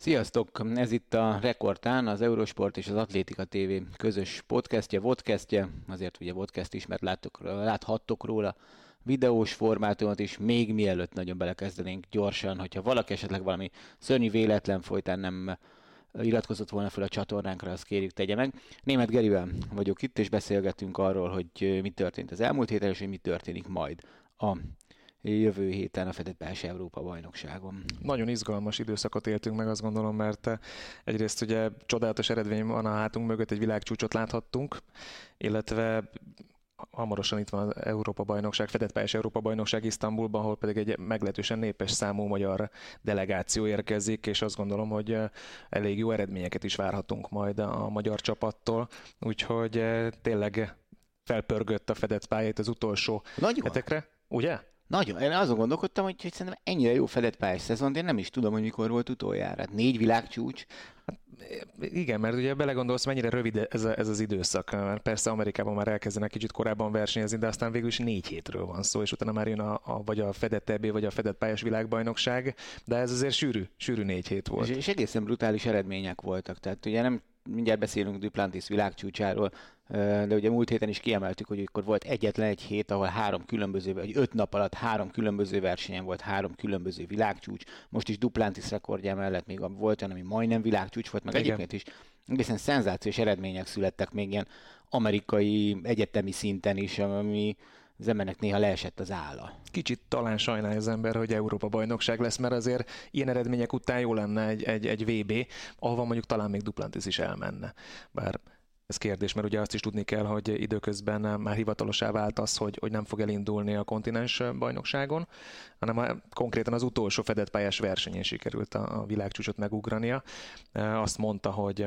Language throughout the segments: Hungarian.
Sziasztok! Ez itt a Rekordtán, az Eurosport és az Atlétika TV közös vodcastje. Azért ugye vodcast is, mert láthattok róla videós formátumot is, még mielőtt nagyon belekezdenénk gyorsan, hogyha valaki esetleg valami szörnyű véletlen folytán nem iratkozott volna fel a csatornánkra, azt kérjük tegye meg. Németh Gerivel vagyok itt, és beszélgetünk arról, hogy mi történt az elmúlt héten, és hogy mi történik majd a jövő héten a fedett pályás Európa-bajnokságon. Nagyon izgalmas időszakot éltünk meg, azt gondolom, mert egyrészt ugye csodálatos eredmény van a hátunk mögött, egy világcsúcsot láthattunk, illetve hamarosan itt van az Európa-bajnokság, fedett pályás Európa-bajnokság Isztambulban, ahol pedig egy meglehetősen népes számú magyar delegáció érkezik, és azt gondolom, hogy elég jó eredményeket is várhatunk majd a magyar csapattól, úgyhogy tényleg felpörgött a fedett pálya itt az utolsó hetekre, ugye? Nagyon. Én azon gondolkodtam, hogy szerintem ennyire jó fedett pályás szezon, de én nem is tudom, hogy mikor volt utoljára. 4 világcsúcs. Hát, igen, mert ugye belegondolsz, mennyire rövid ez az időszak. Persze Amerikában már elkezdenek kicsit korábban versenyezni, de aztán végül is 4 hétről van szó, és utána már jön vagy a fedett EB, vagy a fedett pályás világbajnokság, de ez azért sűrű 4 hét volt. És egészen brutális eredmények voltak. Tehát ugye nem mindjárt beszélünk Duplantis világcsúcsáról, de ugye múlt héten is kiemeltük, hogy akkor volt egyetlen egy hét, ahol 5 nap alatt 3 különböző versenyen volt 3 különböző világcsúcs. Most is Duplantis rekordja mellett még volt olyan, ami majdnem világcsúcs volt, meg egyébként is egészen szenzációs eredmények születtek még ilyen amerikai egyetemi szinten is, ami az embernek néha leesett az álla. Kicsit talán sajnálja az ember, hogy Európa-bajnokság lesz, mert azért ilyen eredmények után jó lenne egy VB, ahova mondjuk talán még Duplantis is elmenne. Bár ez kérdés, mert ugye azt is tudni kell, hogy időközben már hivatalosá vált az, hogy nem fog elindulni a kontinens bajnokságon, hanem konkrétan az utolsó fedett pályás versenyen sikerült a világcsúcsot megugrania. Azt mondta, hogy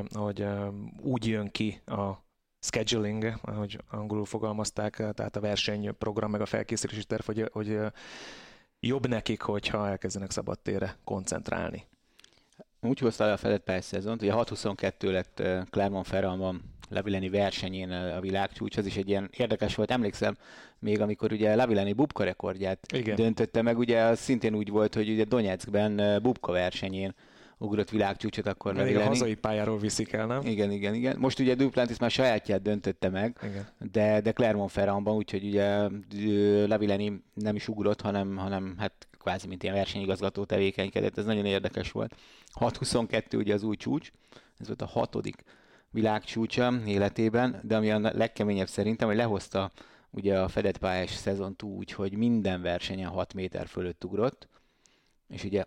úgy jön ki a scheduling, ahogy angolul fogalmazták, tehát a versenyprogram meg a felkészülési terv, hogy jobb nekik, hogyha elkezdenek szabadtérre koncentrálni. Úgy hozta le a fedett pályás szezont, ugye 6-22 lett Clermont-Ferrandban Lavillenie versenyén a világcsúcs, az is egy ilyen érdekes volt, emlékszem, még amikor ugye Lavillenie Bubka rekordját döntötte meg, ugye az szintén úgy volt, hogy ugye Donyeckben Bubka versenyén ugrott világcsúcsot, akkor Lavillenie. A hazai pályáról viszik el, nem? Igen. Most ugye Duplantis már sajátját döntötte meg, de Clermont-Ferrandban, úgyhogy ugye Lavillenie nem is ugrott, hanem hát kvázi mint ilyen versenyigazgató tevékenykedett, ez nagyon érdekes volt. 6-22 ugye az új csúcs, ez volt a 6. világcsúcsa életében, de ami a legkeményebb szerintem, hogy lehozta ugye a fedett pályás szezont úgy, hogy minden versenyen 6 méter fölött ugrott, és ugye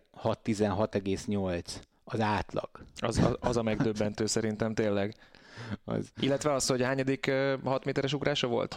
6-16,8 az átlag. Az a megdöbbentő szerintem tényleg. Illetve az, hogy hányadik 6 méteres ugrása volt?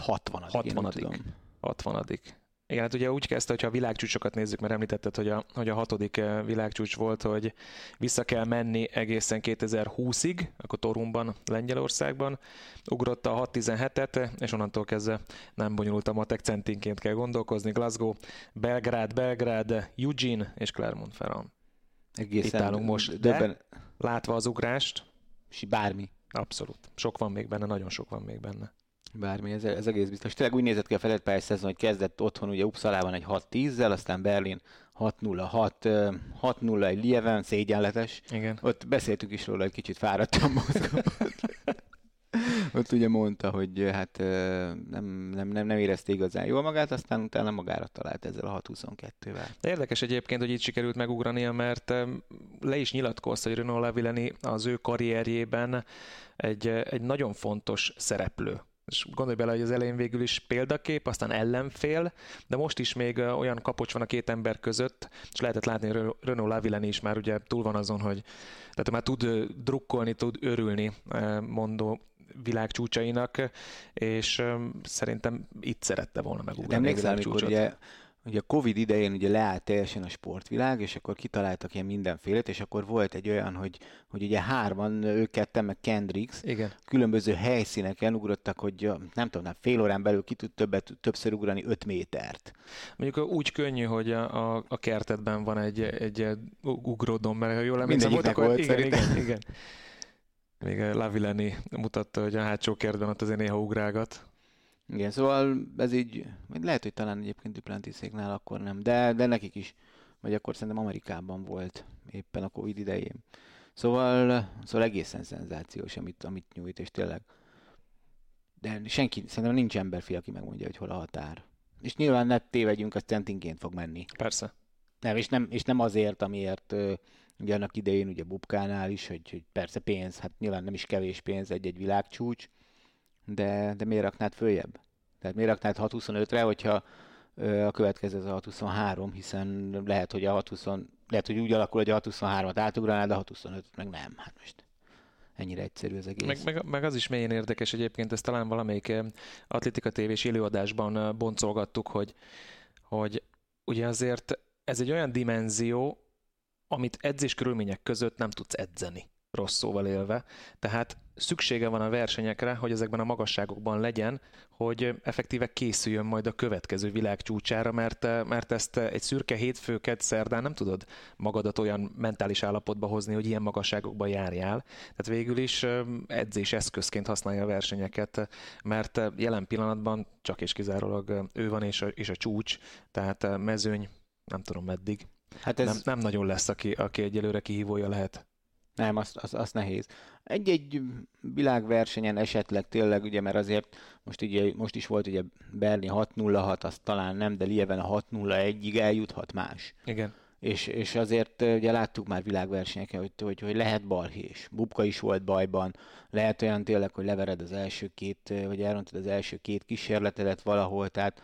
60. Igen, hát ugye úgy kezdte, hogyha a világcsúcsokat nézzük, mert említetted, hogy a 6. világcsúcs volt, hogy vissza kell menni egészen 2020-ig, akkor Torunban, Lengyelországban. Ugrott a 6-17-et, és onnantól kezdve nem bonyolult a matek, centinként kell gondolkozni. Glasgow, Belgrád, Eugene és Clermont-Ferrand. Itt állunk most, de látva az ugrást... Bármi. Abszolút. Sok van még benne, nagyon sok van még benne. Bármi, ez egész biztos. Tényleg úgy nézett ki a fedett pályás szezon, hogy kezdett otthon ugye Uppsalában egy 6-10-zel, aztán Berlin 6-0, 6-0 egy Lieven, szégyenletes. Igen. Ott beszéltük is róla, hogy kicsit fáradtan mozgott. Ott ugye mondta, hogy hát nem érezte igazán jól magát, aztán utána magára talált ezzel a 6-22-vel. Érdekes egyébként, hogy itt sikerült megugrania, mert le is nyilatkozta, hogy Renaud Lavillenie az ő karrierjében egy nagyon fontos szereplő. És gondolj bele, hogy az elején végül is példakép, aztán ellenfél, de most is még olyan kapocs van a két ember között, és lehetett látni, hogy Renaud Lavillenie is már ugye túl van azon, hogy tehát már tud drukkolni, tud örülni mondó világcsúcsainak, és szerintem itt szerette volna megugrani. Emlékszel, amikor ugye a Covid idején ugye leállt teljesen a sportvilág, és akkor kitaláltak ilyen mindenfélét, és akkor volt egy olyan, hogy ugye 3, ők ketten, meg Kendricks, különböző helyszíneken ugrottak, hogy nem tudom, fél órán belül ki tud többször ugrani 5 métert. Mondjuk úgy könnyű, hogy a kertetben van egy ugródom, mert ha jól emlékszem, volt, igen. Még Lavillenie mutatta, hogy a hátsó kertben ott azért néha ugrálgat. Igen, szóval ez így, lehet, hogy talán egyébként Duplantiséknál akkor nem, de nekik is, vagy akkor szerintem Amerikában volt éppen a Covid idején. Szóval egészen szenzációs, amit nyújt, és tényleg. De szerintem nincs emberfi, aki megmondja, hogy hol a határ. És nyilván ne tévedjünk, az centinként fog menni. Persze. És nem azért, amiért ugye annak idején ugye Bubkánál is, hogy persze pénz, hát nyilván nem is kevés pénz egy világcsúcs, de miért raknád följebb? Tehát miért raknád 6.25-re, hogyha a következő az a 6.23, hiszen lehet, hogy hogy úgy alakul, hogy a 6.23-at átugranád, a 6.25 meg nem. Hát most ennyire egyszerű az egész. Meg az is mélyen érdekes egyébként, ezt talán valamelyik Atlétika tévés élőadásban boncolgattuk, hogy ugye azért ez egy olyan dimenzió, amit edzés körülmények között nem tudsz edzeni, rossz szóval élve. Tehát szüksége van a versenyekre, hogy ezekben a magasságokban legyen, hogy effektíve készüljön majd a következő világcsúcsára, mert ezt egy szürke hétfő, kedd, szerdán nem tudod magadat olyan mentális állapotba hozni, hogy ilyen magasságokban járjál. Tehát végül is edzés eszközként használja a versenyeket, mert jelen pillanatban csak és kizárólag ő van és a csúcs, tehát mezőny, nem tudom meddig. Hát ez... nem nagyon lesz, aki egyelőre kihívója lehet. Nem, azt nehéz. Egy világversenyen esetleg tényleg, ugye, mert azért most is volt ugye Berni 6.06, azt talán nem, de Lieven a 6.01-ig eljuthat más. Igen. És azért ugye láttuk már világversenyeken, hogy lehet balhés. Bubka is volt bajban. Lehet olyan tényleg, hogy levered az első vagy elrontod az első két kísérletedet valahol, tehát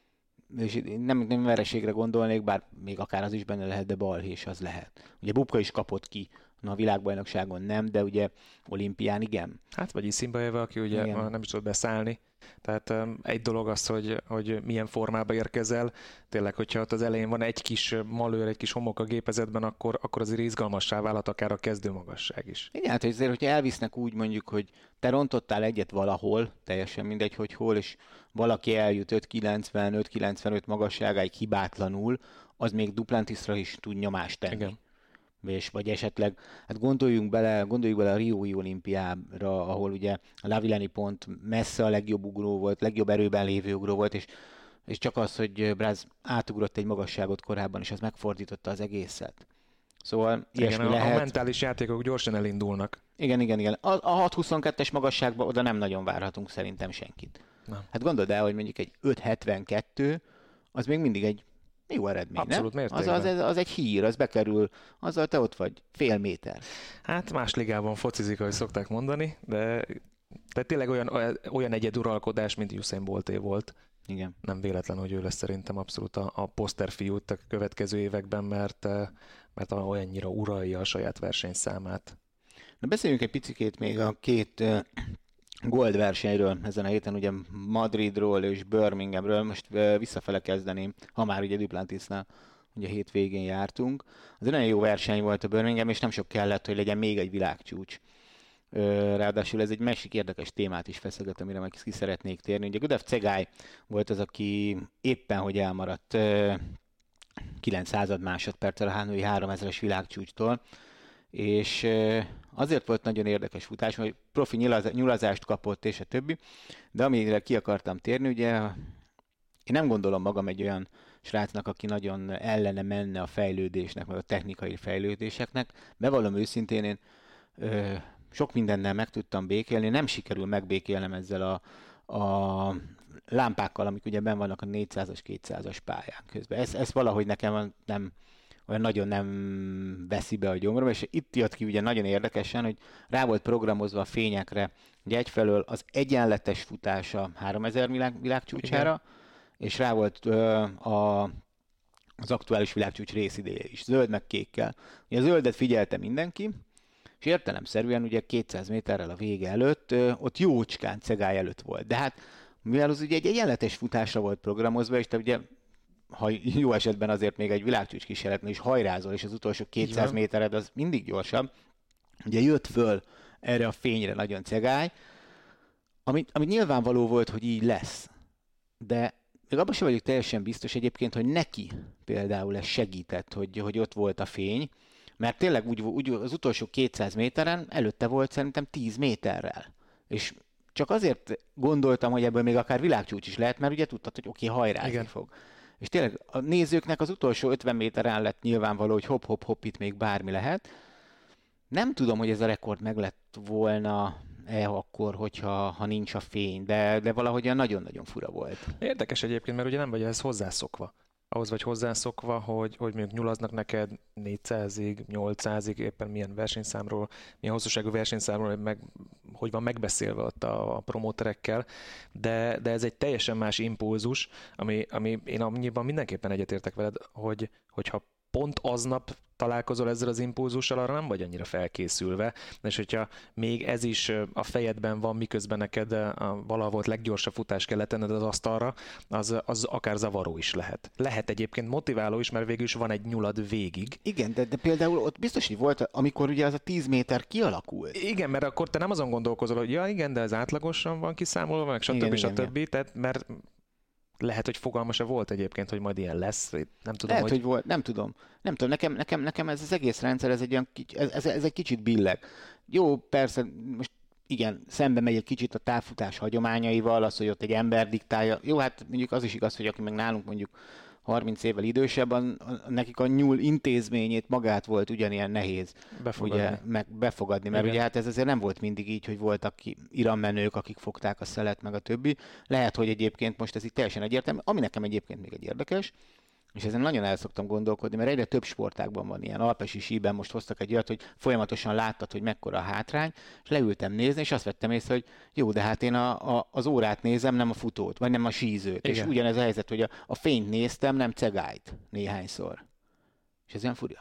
és nem vereségre gondolnék, bár még akár az is benne lehet, de balhés az lehet. Ugye Bubka is kapott ki, a világbajnokságon nem, de ugye olimpián igen. Hát vagy Iszimbaeva, aki ugye nem is tud beszállni. Tehát egy dolog az, hogy milyen formába érkezel. Tényleg, hogyha ott az elején van egy kis malőr, egy kis homok a gépezetben, akkor azért izgalmassá válhat akár a kezdőmagasság is. Igen, hát azért, hogyha elvisznek úgy mondjuk, hogy te rontottál egyet valahol, teljesen mindegy, hogy hol, és valaki eljut 5.90-5.95 magasságáig hibátlanul, az még Duplantisra is tud nyomást tenni. Igen. Vagy esetleg, hát gondoljuk bele a Riói olimpiára, ahol ugye a Lavilleni pont messze a legjobb ugró volt, legjobb erőben lévő ugró volt, és csak az, hogy Braz átugrott egy magasságot korábban, és az megfordította az egészet. Szóval ilyesmi lehet. A mentális játékok gyorsan elindulnak. Igen. A 6.22-es magasságban oda nem nagyon várhatunk szerintem senkit. Nem. Hát gondold el, hogy mondjuk egy 5.72, az még mindig egy jó eredmény, abszolút nem? Az egy hír, az bekerül, azzal te ott vagy, fél méter. Hát más ligában focizik, ahogy szokták mondani, de tényleg olyan egyeduralkodás, mint Usain Bolté volt. Igen. Nem véletlen, hogy ő lesz szerintem abszolút a poszterfiút a következő években, mert olyannyira uralja a saját versenyszámát. Na beszéljünk egy picikét még a két Gold versenyről ezen a héten, ugye Madridról és Birminghamről, most visszafele kezdeném, ha már ugye Duplantisnál, ugye hétvégén jártunk. Az egy nagyon jó verseny volt a Birmingham, és nem sok kellett, hogy legyen még egy világcsúcs. Ráadásul ez egy másik érdekes témát is feszeget, amire meg ki szeretnék térni. Ugye Gudev Cegály volt az, aki éppen, hogy elmaradt 900 másodperccel a hánói 3000-es világcsúcstól, és azért volt nagyon érdekes futás, hogy profi nyulazást kapott, és a többi, de amire ki akartam térni, ugye én nem gondolom magam egy olyan srácnak, aki nagyon ellene menne a fejlődésnek, meg a technikai fejlődéseknek. Bevallom őszintén, én sok mindennel meg tudtam békélni, nem sikerül megbékélnem ezzel a lámpákkal, amik ugye benn vannak a 400-as, 200-as pályán közben. Ez valahogy nekem nem olyan nagyon nem veszi be a gyomrom, és itt jött ki ugye nagyon érdekesen, hogy rá volt programozva a fényekre, ugye egyfelől az egyenletes futása 3000 világcsúcsára, igen, és rá volt az aktuális világcsúcs részideje is, zöld meg kékkel. Ugye a zöldet figyelte mindenki, és értelemszerűen ugye 200 méterrel a vége előtt, ott jócskán Cegály előtt volt. De hát, mivel az ugye egy egyenletes futásra volt programozva, és te ugye ha jó esetben azért még egy világcsúcs kísérletnél is hajrázol, és az utolsó 200 métered az mindig gyorsabb. Ugye jött föl erre a fényre nagyon Cegály, amit nyilvánvaló volt, hogy így lesz. De még abban sem vagyok teljesen biztos egyébként, hogy neki például ez segített, hogy ott volt a fény, mert tényleg úgy az utolsó 200 méteren előtte volt szerintem 10 méterrel. És csak azért gondoltam, hogy ebből még akár világcsúcs is lehet, mert ugye tudtad, hogy oké, hajrázni fog. És tényleg a nézőknek az utolsó 50 méteren lett nyilvánvaló, hogy hopp, itt még bármi lehet. Nem tudom, hogy ez a rekord meg lett volna akkor, hogyha nincs a fény, de valahogyan nagyon-nagyon fura volt. Érdekes egyébként, mert ugye nem vagy ehhez hozzászokva. Ahhoz vagy hozzászokva, hogy mondjuk nyulaznak neked 400-ig, 800-ig, éppen milyen versenyszámról, milyen hosszúságú versenyszámról, hogy van megbeszélve ott a promóterekkel, de ez egy teljesen más impulzus, ami én annyiban mindenképpen egyetértek veled, hogyha pont aznap találkozol ezzel az impulzussal, arra nem vagy annyira felkészülve, és hogyha még ez is a fejedben van, miközben neked valahol volt leggyorsabb futás kell letenned az asztalra, az akár zavaró is lehet. Lehet egyébként motiváló is, mert végül is van egy nyulad végig. Igen, de például ott biztos, hogy volt, amikor ugye az a 10 méter kialakult. Igen, mert akkor te nem azon gondolkozol, hogy ja igen, de ez átlagosan van kiszámolva, meg stb. Tehát, mert lehet, hogy fogalma se volt egyébként, hogy majd ilyen lesz. Nem tudom, lehet, hogy volt, nem tudom. Nekem ez az egész rendszer, ez egy kicsit billeg. Jó, persze, most igen, szembe megy egy kicsit a távfutás hagyományaival, az, hogy ott egy ember diktálja. Jó, hát mondjuk az is igaz, hogy aki meg nálunk mondjuk 30 évvel idősebb, nekik a nyúl intézményét magát volt ugyanilyen nehéz befogadni, mert ugye hát ez azért nem volt mindig így, hogy voltak irammenők, akik fogták a szelet, meg a többi. Lehet, hogy egyébként most ez itt teljesen egyértelmű, ami nekem egyébként még egy érdekes, és ezen nagyon el szoktam gondolkodni, mert egyre több sportágban van ilyen. Alpesi síben most hoztak egy olyat, hogy folyamatosan láttad, hogy mekkora a hátrány, és leültem nézni, és azt vettem észre, hogy jó, de hát én az órát nézem, nem a futót, vagy nem a sízőt. Igen. És ugyanez a helyzet, hogy a fényt néztem, nem cegályt néhányszor. És ez olyan furja.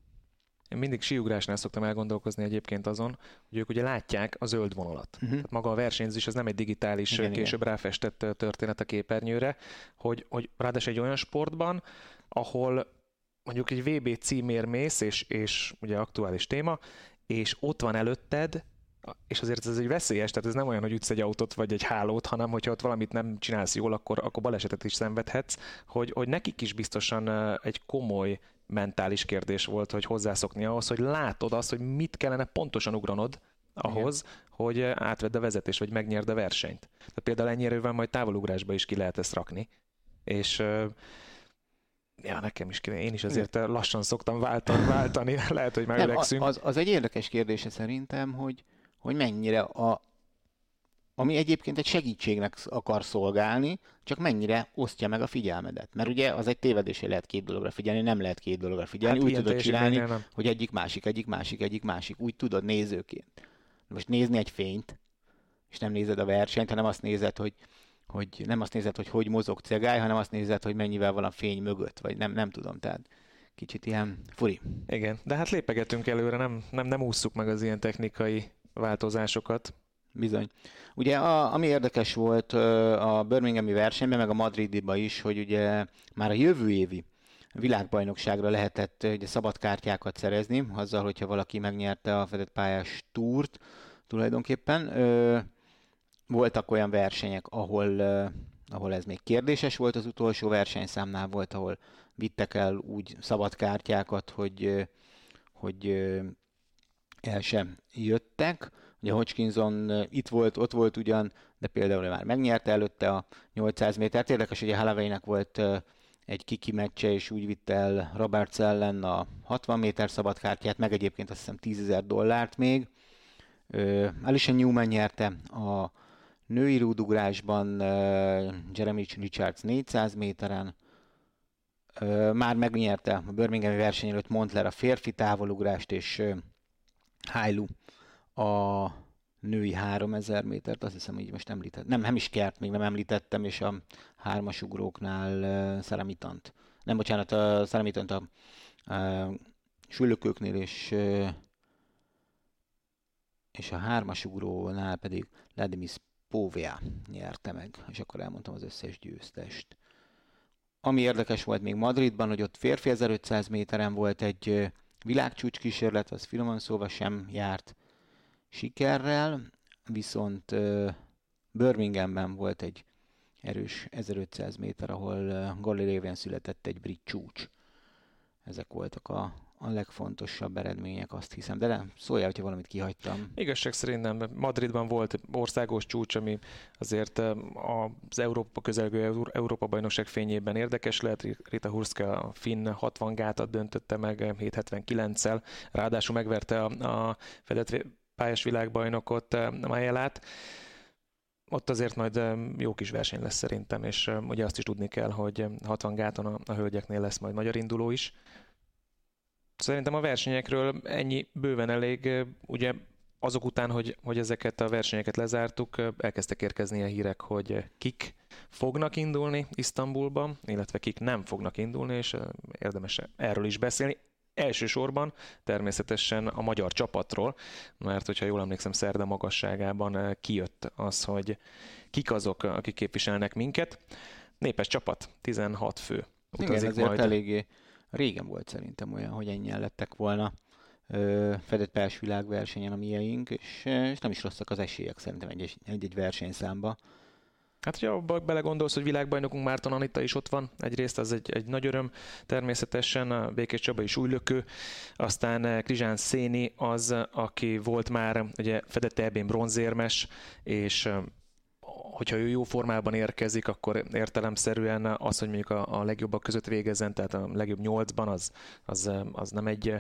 Én mindig síugrásnál szoktam elgondolkozni egyébként azon, hogy ők ugye látják a zöld vonalat. Tehát maga a versenyzés az nem egy digitális, később ráfestett történet a képernyőre, hogy ráadásul egy olyan sportban, ahol mondjuk egy VB címért mész, és ugye aktuális téma, és ott van előtted, és azért ez egy veszélyes, tehát ez nem olyan, hogy ütsz egy autót vagy egy hálót, hanem hogyha ott valamit nem csinálsz jól, akkor balesetet is szenvedhetsz, hogy nekik is biztosan egy komoly mentális kérdés volt, hogy hozzászokni ahhoz, hogy látod azt, hogy mit kellene pontosan ugranod ahhoz, igen, hogy átvedd a vezetést, vagy megnyerd a versenyt. Tehát például ennyire majd távolugrásba is ki lehet ezt rakni. És ja, nekem is kéne. Én is azért lassan szoktam váltani. Lehet, hogy megöregszünk. Az egy érdekes kérdése szerintem, hogy mennyire ami egyébként egy segítségnek akar szolgálni, csak mennyire osztja meg a figyelmedet. Mert ugye az egy tévedés, hogy lehet két dologra figyelni, nem lehet két dologra figyelni. Hát úgy tudod csinálni, hogy egyik másik. Úgy tudod nézőként. Most nézni egy fényt, és nem nézed a versenyt, hanem azt nézed, hogy nem azt nézed, hogy mozog cegály, hanem azt nézed, hogy mennyivel van a fény mögött, vagy nem tudom, tehát kicsit ilyen furi. Igen, de hát lépegetünk előre, nem ússzuk meg az ilyen technikai változásokat. Bizony. Ugye ami érdekes volt a birminghami versenyben, meg a madridiban is, hogy ugye már a jövő évi világbajnokságra lehetett ugye szabadkártyákat szerezni, azzal, hogyha valaki megnyerte a fedett pályás túrt tulajdonképpen. Voltak olyan versenyek, ahol ez még kérdéses volt, az utolsó versenyszámnál volt, ahol vittek el úgy szabadkártyákat, hogy el sem jöttek. Ugye Hodgkinson ott volt ugyan, de például már megnyerte előtte a 800 métert. Érdekes, hogy a Hollowaynek volt egy kiki meccse, és úgy vitte el Roberts ellen a 60 méter szabadkártyát, meg egyébként azt hiszem $10,000 még. Alicia Newman nyerte a női rúdugrásban, Jeremy Richards 400 méteren. Már megnyerte a birminghami verseny előtt Montler a férfi távolugrást, és Hailu a női 3000 métert, azt hiszem, így most említettem. Nem is Kert, még nem említettem, és a hármasugróknál Saramitant. Nem, bocsánat, a Saramitant a sülökőknél, és a hármasugrónál pedig Ladimis Povia nyerte meg, és akkor elmondtam az összes győztest. Ami érdekes volt még Madridban, hogy ott férfi 1500 méteren volt egy világcsúcs kísérlet, az finoman szóval sem járt sikerrel, viszont Birminghamben volt egy erős 1500 méter, ahol Goli révén született egy brit csúcs. Ezek voltak a a legfontosabb eredmények, azt hiszem. De nem, szóljál, hogyha valamit kihagytam. Igazság szerint nem. Madridban volt országos csúcs, ami azért az Európa közelgő Európa-bajnokság fényében érdekes lehet. Rita Hurszka a finn 60 gátat döntötte meg 7.79-szel, ráadásul megverte a fedett pályás világbajnokot, Majelát. Ott azért majd jó kis verseny lesz szerintem, és ugye azt is tudni kell, hogy 60 gáton a hölgyeknél lesz majd magyar induló is. Szerintem a versenyekről ennyi bőven elég. Ugye azok után, hogy ezeket a versenyeket lezártuk, elkezdtek érkezni a hírek, hogy kik fognak indulni Isztambulban, illetve kik nem fognak indulni, és érdemes erről is beszélni. Elsősorban természetesen a magyar csapatról, mert hogyha jól emlékszem, szerda magasságában kijött az, hogy kik azok, akik képviselnek minket. Népes csapat, 16 fő utazik. Igen, ezért majd eléggé régen volt szerintem olyan, hogy ennyien lettek volna fedett pályás világversenyen a mieink, és nem is rosszak az esélyek szerintem egy-egy versenyszámba. Hát, hogyha abba belegondolsz, hogy világbajnokunk Márton Anita is ott van, egyrészt az egy nagy öröm, természetesen a Békés Csaba is újlökő, aztán Krizsán Széni az, aki volt már ugye fedett EB-n bronzérmes, és hogyha ő jó formában érkezik, akkor értelemszerűen az, hogy mondjuk a legjobbak között végezzen, tehát a legjobb 8-ban, az nem egy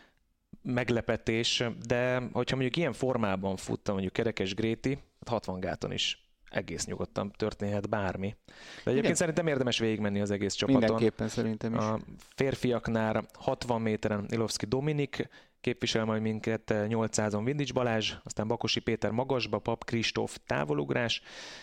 meglepetés, de hogyha mondjuk ilyen formában futta mondjuk Kerekes Gréti, 60 gáton is egész nyugodtan történhet bármi. De egyébként szerintem érdemes végigmenni az egész csapaton. Mindenképpen szerintem is. A férfiaknál 60 méteren Ilovszki Dominik képvisel majd minket, 800-on Vindics Balázs, aztán Bakosi Péter magasba, Pap Kristóf távolugrás,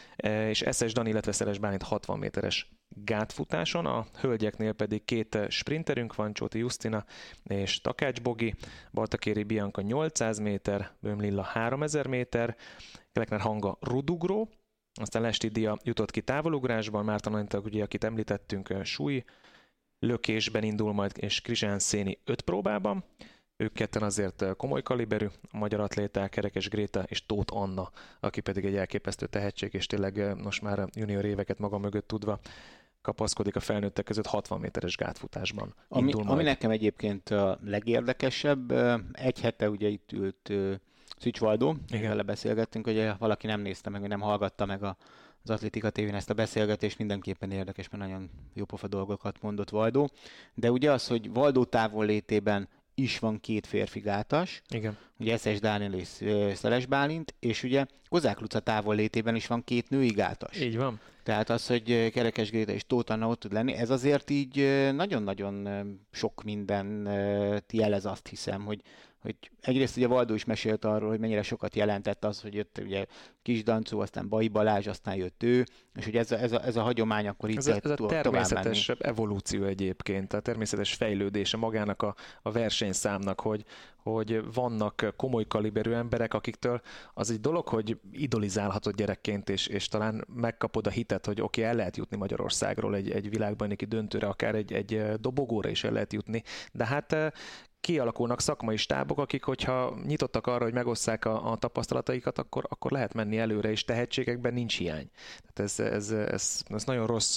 és Eszes Dani, illetve Szeres Bálint 60 méteres gátfutáson. A hölgyeknél pedig két sprinterünk van, Csóti Jusztina és Takács Bogi, Baltakéri Bianca 800 méter, Böhm-Lilla 3000 méter, Kelekner Hanga rudugró, aztán Lesti Dia jutott ki távolugrásban, Márton Anita, ugye, akit említettünk, súly lökésben indul majd, és Krizsán Széni 5 próbában. Ők ketten azért komoly kaliberű, a magyar atléták, Kerekes Gréta és Tóth Anna, aki pedig egy elképesztő tehetség, és tényleg most már junior éveket maga mögött tudva kapaszkodik a felnőttek között 60 méteres gátfutásban. Ami nekem egyébként a legérdekesebb, egy hete ugye itt ült Szűcs Valdó, vele beszélgettünk, hogy valaki nem nézte meg, vagy nem hallgatta meg az Atlétika tévén ezt a beszélgetést, mindenképpen érdekes, mert nagyon jópofa dolgokat mondott Valdó. De ugye az, hogy Valdó távollétében is van két férfi gátas, igen. Ugye Eszes Dániel és Szeles Bálint, és ugye Kozák Luca távollétében is van két női gátas. Így van. Tehát az, hogy Kerekes Gréta és Tóth Anna ott tud lenni, ez azért így nagyon-nagyon sok mindent jelez, azt hiszem, hogy egyrészt ugye Valdó is mesélt arról, hogy mennyire sokat jelentett az, hogy jött ugye Kis Dancó, aztán Bai Balázs, aztán jött ő, és hogy ez a hagyomány akkor itt ez a természetes evolúció egyébként, a természetes fejlődése magának a versenyszámnak, hogy vannak komoly kaliberű emberek, akiktől az egy dolog, hogy idolizálhatod gyerekként, és talán megkapod a hitet, hogy oké, el lehet jutni Magyarországról egy világbajnoki döntőre, akár egy dobogóra is el lehet jutni, de hát kialakulnak szakmai stábok, akik, hogyha nyitottak arra, hogy megosszák a tapasztalataikat, akkor lehet menni előre, és tehetségekben nincs hiány. Tehát ez nagyon rossz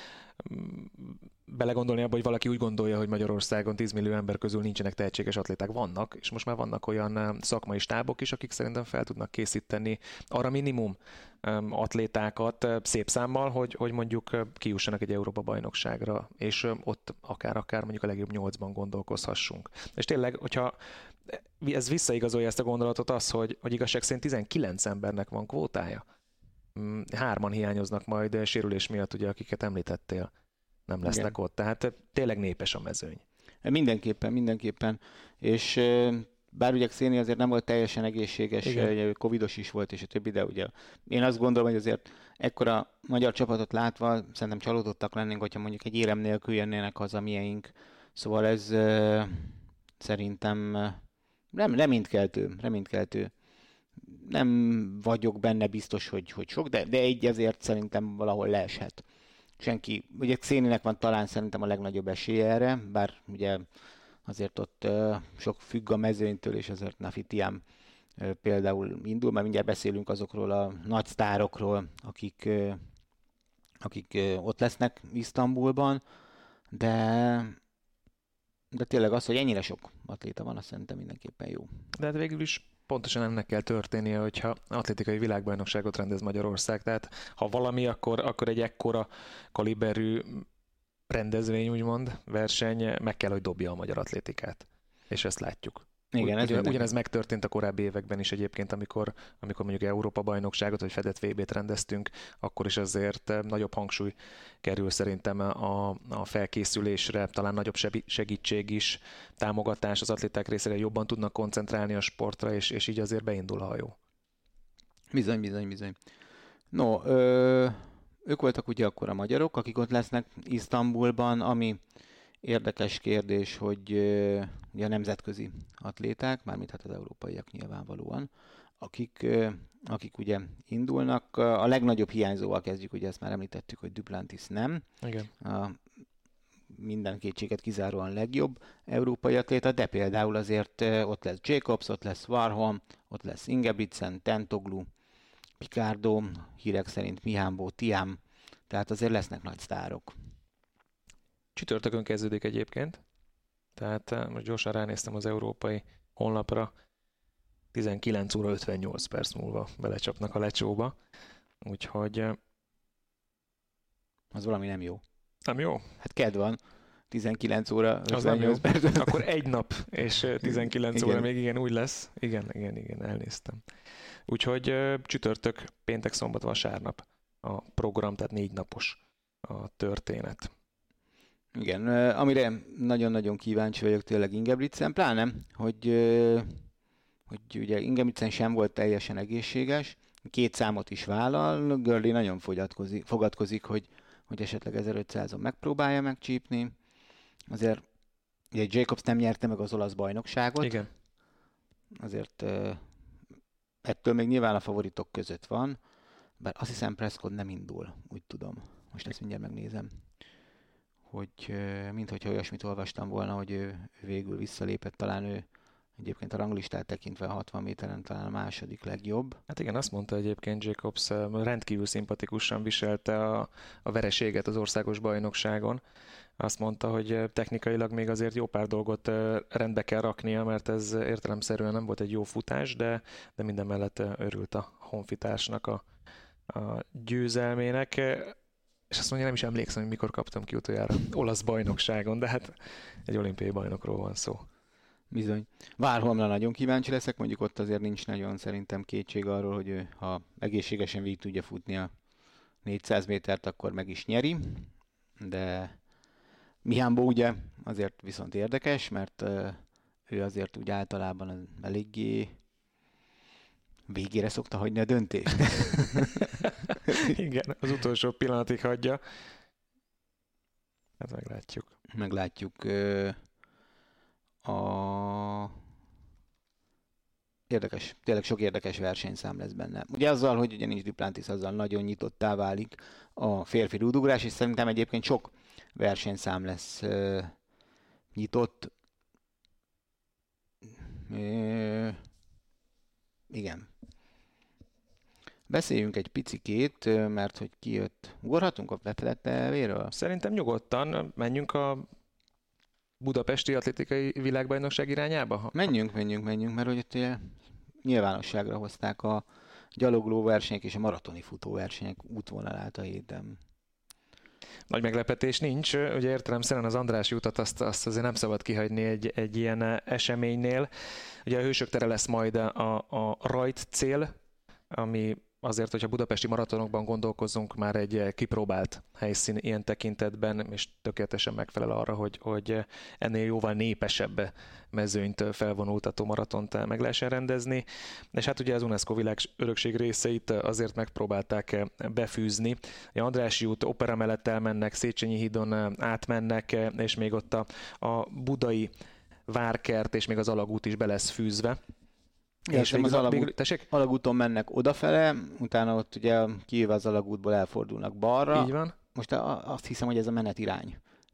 belegondolni abba, hogy valaki úgy gondolja, hogy Magyarországon 10 millió ember közül nincsenek tehetséges atléták. Vannak, és most már vannak olyan szakmai stábok is, akik szerintem fel tudnak készíteni arra minimum atlétákat szép számmal, hogy mondjuk kijussanak egy Európa-bajnokságra, és ott akár mondjuk a legjobb 8-ban gondolkozhassunk. És tényleg, hogyha ez visszaigazolja ezt a gondolatot, az, hogy igazság szerint 19 embernek van kvótája. 3-an hiányoznak majd sérülés miatt, ugye, akiket említettél, nem lesznek igen. ott. Tehát tényleg népes a mezőny. Mindenképpen. És bár ugye Széni azért nem volt teljesen egészséges, ugye, covidos is volt, és a többi, de ugye én azt gondolom, hogy azért ekkora magyar csapatot látva szerintem csalódottak lennénk, hogyha mondjuk egy érem nélkül jönnének haza mieink. Szóval ez szerintem reménykeltő. Nem vagyok benne biztos, hogy sok, de egy ezért szerintem valahol leeshet. Senki, ugye Széninek van talán szerintem a legnagyobb esélye erre, bár ugye azért ott sok függ a mezőnytől, és azért Nafitiám például indul, mert mindjárt beszélünk azokról a nagy sztárokról, akik ott lesznek Isztambulban, de De tényleg az, hogy ennyire sok atléta van, azt szerintem mindenképpen jó. De hát végül is pontosan ennek kell történnie, hogyha atlétikai világbajnokságot rendez Magyarország. Tehát ha valami, akkor egy ekkora kaliberű rendezvény, úgymond, verseny meg kell, hogy dobja a magyar atlétikát. És ezt látjuk. Igen, ugyanez megtörtént a korábbi években is egyébként, amikor mondjuk Európa-bajnokságot vagy fedett VB-t rendeztünk, akkor is azért nagyobb hangsúly kerül szerintem a felkészülésre, talán nagyobb segítség is, támogatás az atléták részére, jobban tudnak koncentrálni a sportra, és így azért beindul a hajó. Bizony. No, ők voltak ugye akkor a magyarok, akik ott lesznek Isztambulban, ami érdekes kérdés, hogy ugye a nemzetközi atléták, mármint hát az európaiak nyilvánvalóan, akik ugye indulnak. A legnagyobb hiányzóval kezdjük, ugye ezt már említettük, hogy Duplantis nem. Igen. Minden kétséget kizáróan legjobb európai atléta, de például azért ott lesz Jacobs, ott lesz Warholm, ott lesz Ingebrigtsen, Tentoglou, Picardo, hírek szerint Mihambo, Thiam, tehát azért lesznek nagy sztárok. Csütörtökön kezdődik egyébként, tehát most gyorsan ránéztem az európai honlapra, 19 óra 58 perc múlva belecsapnak a lecsóba, úgyhogy... Az valami nem jó. Nem jó? Hát kedv van, 19 óra 58 perc. Akkor egy nap, és 19 óra még igen, úgy lesz. Igen, elnéztem. Úgyhogy csütörtök, péntek, szombat, vasárnap a program, tehát 4 napos a történet. Igen, amire nagyon-nagyon kíváncsi vagyok tényleg Ingebrigtsen, pláne, hogy ugye Ingebrigtsen sem volt teljesen egészséges, 2 számot is vállal, Gurley nagyon fogadkozik, hogy esetleg 1500-on megpróbálja megcsípni. Azért ugye Jacobs nem nyerte meg az olasz bajnokságot. Igen. Azért ettől még nyilván a favoritok között van, bár azt hiszem Prescott nem indul, úgy tudom. Most ezt mindjárt megnézem. Hogy minthogyha olyasmit olvastam volna, hogy ő végül visszalépett, talán ő egyébként a ranglistát tekintve 60 méteren talán a második legjobb. Hát igen, azt mondta egyébként Jacobs, rendkívül szimpatikusan viselte a vereséget az országos bajnokságon. Azt mondta, hogy technikailag még azért jó pár dolgot rendbe kell raknia, mert ez értelemszerűen nem volt egy jó futás, de minden mellett örült a honfitársnak a győzelmének. És azt mondja, nem is emlékszem, hogy mikor kaptam ki utoljára olasz bajnokságon, de hát egy olimpiai bajnokról van szó. Bizony. Warholmra nagyon kíváncsi leszek, mondjuk ott azért nincs nagyon szerintem kétség arról, hogy ő, ha egészségesen végig tudja futni a 400 métert, akkor meg is nyeri, de Mihambo ugye azért viszont érdekes, mert ő azért úgy általában eléggé végére szokta hagyni a döntést. Igen, az utolsó pillanatig hagyja. Hát Meglátjuk. Érdekes, tényleg sok érdekes versenyszám lesz benne. Ugye azzal, hogy ugye nincs Duplantis, azzal nagyon nyitottá válik a férfi rúdugrás, és szerintem egyébként sok versenyszám lesz nyitott. Igen. Beszéljünk egy picikét, mert hogy kijött. Ugorhatunk a befedettevéről? Szerintem nyugodtan menjünk a budapesti atlétikai világbajnokság irányába? Menjünk, mert hogy ott nyilvánosságra hozták a gyalogló versenyek és a maratoni futó versenyek útvonalát a héten. Nagy meglepetés nincs. Ugye értelemszerűen az Andrássy utat azt azért nem szabad kihagyni egy ilyen eseménynél. Ugye a Hősök tere lesz majd a rajt cél, ami azért, hogyha budapesti maratonokban gondolkozunk, már egy kipróbált helyszín ilyen tekintetben, és tökéletesen megfelel arra, hogy ennél jóval népesebb mezőnyt felvonultató maratont meg lehessen rendezni. És hát ugye az UNESCO világörökség részeit azért megpróbálták befűzni. A Andrássy út, Opera mellett elmennek, Széchenyi hídon átmennek, és még ott a budai várkert és még az alagút is be lesz fűzve. És az alagúton mennek odafele, utána ott ugye kijöve az alagútból elfordulnak balra. Így van. Most azt hiszem, hogy ez a menetirány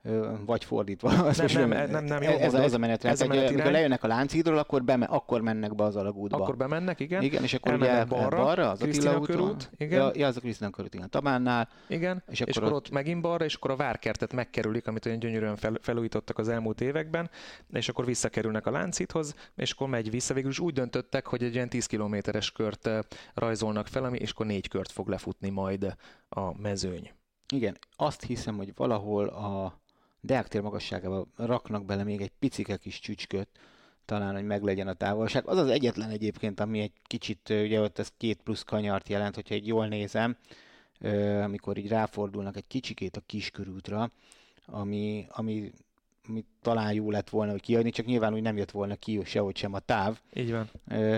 vagy fordítva. Nem, jól mondod. Ez a menetrend. Amikor lejönnek a Lánchídról, akkor mennek be az alagútba. Akkor bemennek, igen. Igen, és akkor ugye balra az Attila úton. Igen. Ja, az a Krisztina körút, igen, Tamánnál. Igen, és akkor ott megint balra, és akkor a Várkertet megkerülik, amit olyan gyönyörűen felújítottak az elmúlt években, és akkor visszakerülnek a Lánchídhoz, és akkor megy vissza. Végül is úgy döntöttek, hogy egy ilyen 10 kilométeres kört rajzolnak fel, és akkor 4 kört fog lefutni majd a mezőny. Igen, azt hiszem, hogy valahol a Deák tér magasságába raknak bele még egy picike kis csücsköt, talán, hogy meglegyen a távolság. Az az egyetlen egyébként, ami egy kicsit, ugye ott ez 2 plusz kanyart jelent, hogyha egy jól nézem, amikor így ráfordulnak egy kicsikét a Kiskörútra, ami talán jó lett volna, hogy kiadni, csak nyilván úgy nem jött volna ki sehogy sem a táv. Így van.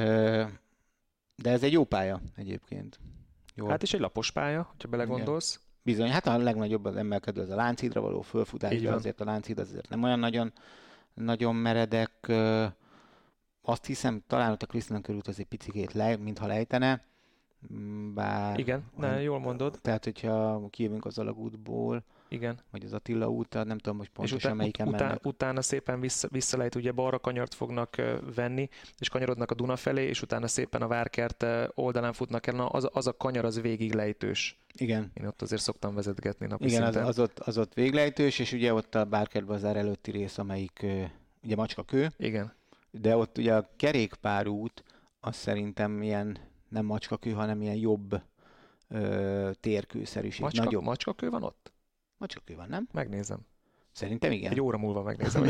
De ez egy jó pálya egyébként. Jó. Hát és egy lapos pálya, hogyha belegondolsz. Igen. Bizony, hát a legnagyobb az emelkedő az a Lánchídra való fölfutás, de azért a Lánchíd azért nem olyan nagyon meredek. Azt hiszem, talán ott a Krisztina körút az egy picikét mintha lejtene. Bár, igen, jól mondod. Tehát, hogyha kijövünk az alagútból, igen. Vagy az Attila út, nem tudom, hogy pontosan melyiken mennek. Utána szépen visszalejt, ugye balra kanyart fognak venni, és kanyarodnak a Duna felé, és utána szépen a Várkert oldalán futnak el. Na, az a kanyar az végig lejtős. Igen. Én ott azért szoktam vezetgetni napi igen, szinten. az ott véglejtős, és ugye ott a Várkert bazár előtti rész, amelyik ugye Macskakő. Igen. De ott ugye a kerékpárút, az szerintem ilyen nem Macskakő, hanem ilyen jobb térkőszerűség. Macskakő van ott? Macskakő van, nem? Megnézem. Szerintem igen. Egy óra múlva megnézem.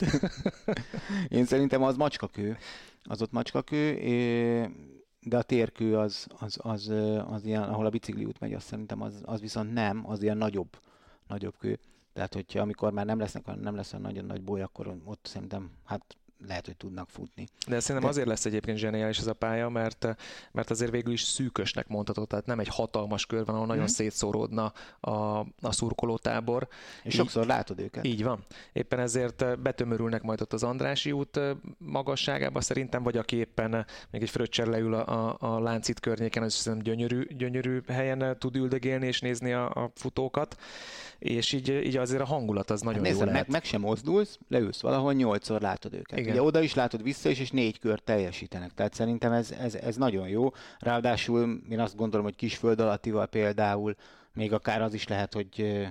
Én szerintem az Macskakő. Az ott Macskakő, de a térkő az ilyen, ahol a bicikliút megy, azt szerintem az viszont nem, az ilyen nagyobb kő. Tehát, hogyha amikor már nem lesz olyan nagyon nagy boly, akkor ott szerintem lehet, hogy tudnak futni. De szerintem azért lesz egyébként zseniális ez a pálya, mert azért végül is szűkösnek mondható, tehát nem egy hatalmas kör van, ahol nagyon szétszóródna a szurkolótábor. És sokszor látod őket. Így van. Éppen ezért betömörülnek majd ott az Andrássy út magasságába szerintem, vagy aki éppen még egy fröccsel leül a Lánchíd környéken, az szerintem gyönyörű helyen tud üldögélni és nézni a futókat. És így azért a hangulat az nagyon jó lehet. Meg sem mozdulsz, leülsz valahol, 8-szor látod őket. Igen. Ugye oda is látod, vissza is, és 4 kört teljesítenek. Tehát szerintem ez nagyon jó. Ráadásul én azt gondolom, hogy Kisföld alattival például még akár az is lehet, hogy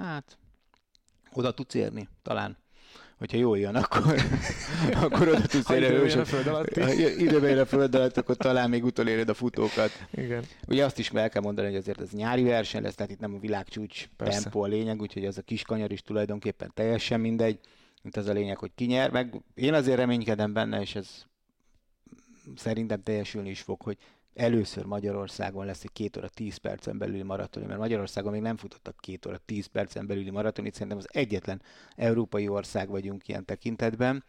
oda tudsz érni, talán. Hogyha jól jön, akkor oda tudsz érni. Időben jön a föld alatt, akkor talán még utoléred a futókat. Igen. Ugye azt is el kell mondani, hogy azért ez nyári verseny lesz, tehát itt nem a világcsúcs tempó a lényeg, úgyhogy az a kis kanyar is tulajdonképpen teljesen mindegy, mint az a lényeg, hogy ki nyer. Meg én azért reménykedem benne, és ez szerintem teljesülni is fog, hogy először Magyarországon lesz egy 2 óra 10 percen belüli maraton, mert Magyarországon még nem futottak 2 óra 10 percen belüli maraton, itt szerintem az egyetlen európai ország vagyunk ilyen tekintetben.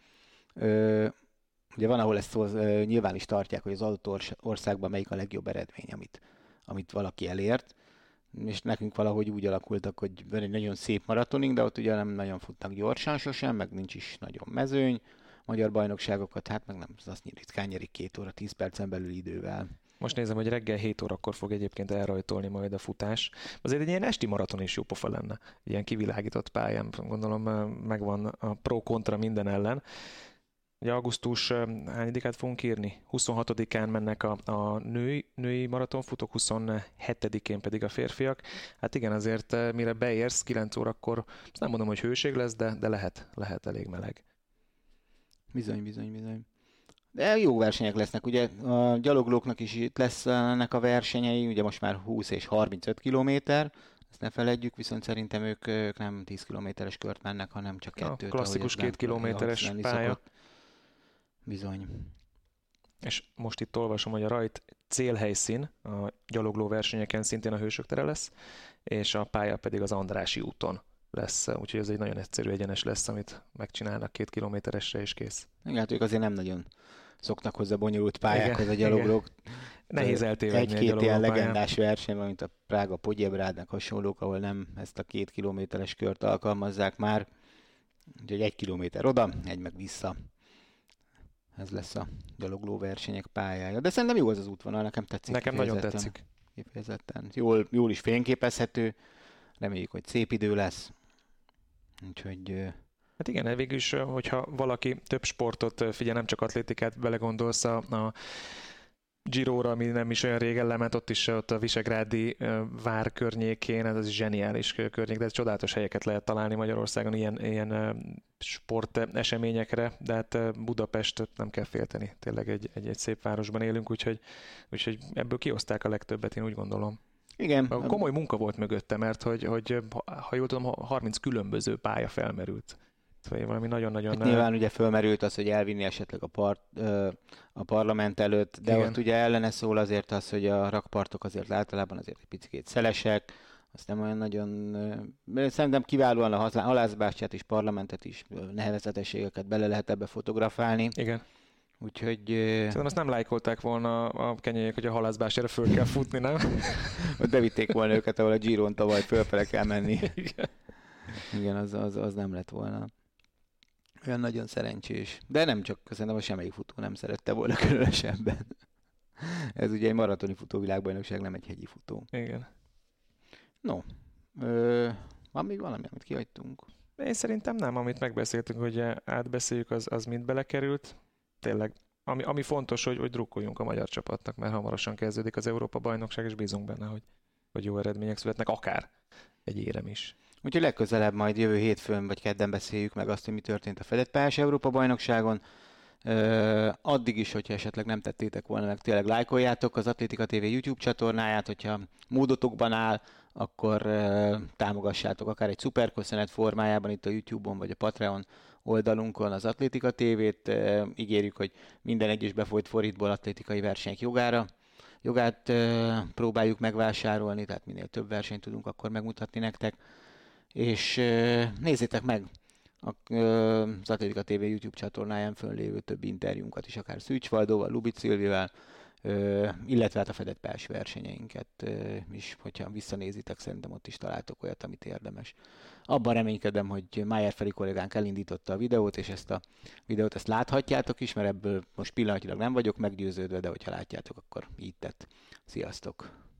Ugye van, ahol ezt nyilván is tartják, hogy az adott országban melyik a legjobb eredmény, amit valaki elért, és nekünk valahogy úgy alakultak, hogy van egy nagyon szép maratonink, de ott ugye nem nagyon futnak gyorsan sosem, meg nincs is nagyon mezőny, magyar bajnokságokat, meg nem, azt ritkán nyerik 2 óra 10 percen belül idővel. Most nézem, hogy reggel 7 órakor fog egyébként elrajtolni majd a futás. Azért egy ilyen esti maraton is jó pofa lenne. Ilyen kivilágított pályán, gondolom megvan a pro-kontra minden ellen. Ugye augusztus hányadikát fogunk írni? 26-án mennek a női maratonfutók, 27-én pedig a férfiak. Hát igen, azért mire beérsz 9 órakor, azt nem mondom, hogy hőség lesz, de lehet elég meleg. Bizony. De jó versenyek lesznek, ugye a gyaloglóknak is itt lesz ennek a versenyei, ugye most már 20 és 35 kilométer, ezt ne feledjük, viszont szerintem ők nem 10 kilométeres kört mennek, hanem csak 2-t. Klasszikus 2 kilométeres pálya. Bizony. És most itt olvasom, hogy a rajt célhelyszín a gyalogló versenyeken szintén a Hősök tere lesz, és a pálya pedig az Andrássy úton lesz, úgyhogy ez egy nagyon egyszerű egyenes lesz, amit megcsinálnak 2 kilométeresre és kész. Igen, hát ők azért nem nagyon szoktak hozzá bonyolult pályákhoz a gyaloglók. Nehéz eltévedni egy-két ilyen legendás verseny, mint a Prága Poděbrádnak hasonlók, ahol nem ezt a 2 kilométeres kört alkalmazzák már. Úgyhogy 1 kilométer oda, 1 meg vissza. Ez lesz a gyalogló versenyek pályája. De szerintem jó az útvonal, nekem tetszik. Nekem nagyon tetszik. Kifejezetten. Jól is fényképezhető. Reméljük, hogy szép idő lesz. Úgyhogy... Hát igen, végül is, hogyha valaki több sportot figyel, nem csak atlétikát, belegondolsz a Giróra, ami nem is olyan régen lement, ott a Visegrádi vár környékén, ez is zseniális környék, de csodálatos helyeket lehet találni Magyarországon ilyen sporteseményekre, de hát Budapestet nem kell félteni, tényleg egy szép városban élünk, úgyhogy ebből kihozták a legtöbbet, én úgy gondolom. Igen. Komoly munka volt mögötte, mert hogy ha jól tudom, 30 különböző pálya felmerült. Valami nagyon-nagyon... Hát nyilván ugye fölmerült az, hogy elvinni esetleg a parlament előtt, de igen. Ott ugye ellene szól azért az, hogy a rakpartok azért általában azért egy picit szelesek, azt nem olyan nagyon... Szerintem kiválóan a halászbástyát és parlamentet is, nevezetességeket bele lehet ebbe fotografálni. Igen. Úgyhogy... Szerintem azt nem lájkolták volna a kenyélyek, hogy a halászbástyára föl kell futni, nem? Ott bevitték volna őket, ahol a Giron tavaly fölfele kell menni. Igen, az nem lett volna. Olyan nagyon szerencsés. De nem csak, szerintem a semmelyik futó nem szerette volna különösebben. Ez ugye egy maratoni futóvilágbajnokság, nem egy hegyi futó. Igen. No, van még valami, amit kihagytunk? Én szerintem nem, amit megbeszéltünk, hogy átbeszéljük, az mind belekerült. Tényleg, ami fontos, hogy drukkoljunk a magyar csapatnak, mert hamarosan kezdődik az Európa-bajnokság, és bízunk benne, hogy jó eredmények születnek, akár egy érem is. Úgyhogy legközelebb majd jövő hétfőn vagy kedden beszéljük meg azt, hogy mi történt a fedett pályás Európa-bajnokságon. Addig is, hogyha esetleg nem tettétek volna meg, tényleg lájkoljátok az Atlétika TV YouTube csatornáját, hogyha módotokban áll, akkor támogassátok akár egy szuperköszönet formájában itt a YouTube-on vagy a Patreon oldalunkon az Atlétika TV-t. Ígérjük, hogy minden egyes befolyt forintból atlétikai versenyek jogát próbáljuk megvásárolni, tehát minél több versenyt tudunk akkor megmutatni nektek. És nézzétek meg az Atlétika TV YouTube csatornáján fönnlévő több interjúnkat is, akár Szűcs Valdóval, Lubic Szilvivel, illetve hát a fedett pályás versenyeinket is, hogyha visszanézitek, szerintem ott is találtok olyat, amit érdemes. Abban reménykedem, hogy Májer Feri kollégánk elindította a videót, és ezt a videót ezt láthatjátok is, mert ebből most pillanatilag nem vagyok meggyőződve, de hogyha látjátok, akkor így tett. Sziasztok!